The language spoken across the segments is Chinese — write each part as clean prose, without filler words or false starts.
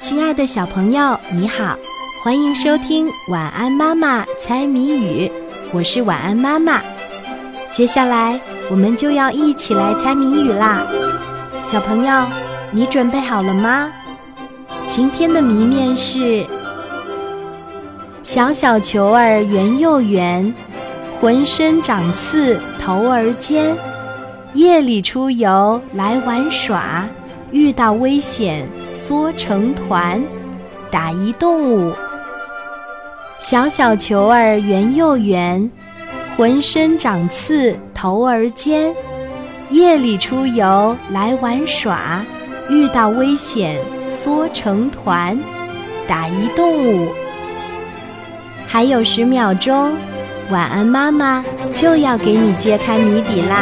亲爱的小朋友，你好，欢迎收听晚安妈妈猜谜语，我是晚安妈妈。接下来我们就要一起来猜谜语啦。小朋友，你准备好了吗？今天的谜面是：小小球儿圆又圆，浑身长刺头儿尖，夜里出游来玩耍，遇到危险缩成团，打一动物。小小球儿圆又圆，浑身长刺头儿尖，夜里出游来玩耍，遇到危险缩成团，打一动物。还有10秒钟，晚安妈妈就要给你揭开谜底啦。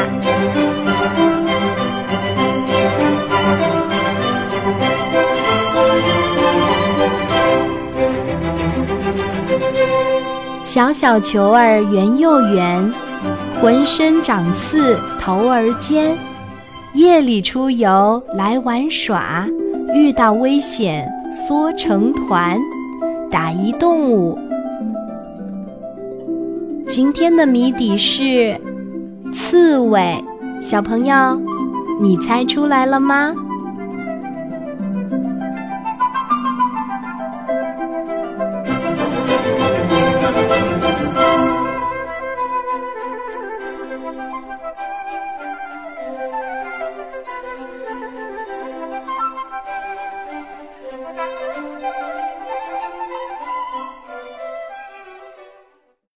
小小球儿圆又圆，浑身长刺头儿尖，夜里出游来玩耍，遇到危险缩成团，打一动物。今天的谜底是刺猬，小朋友，你猜出来了吗？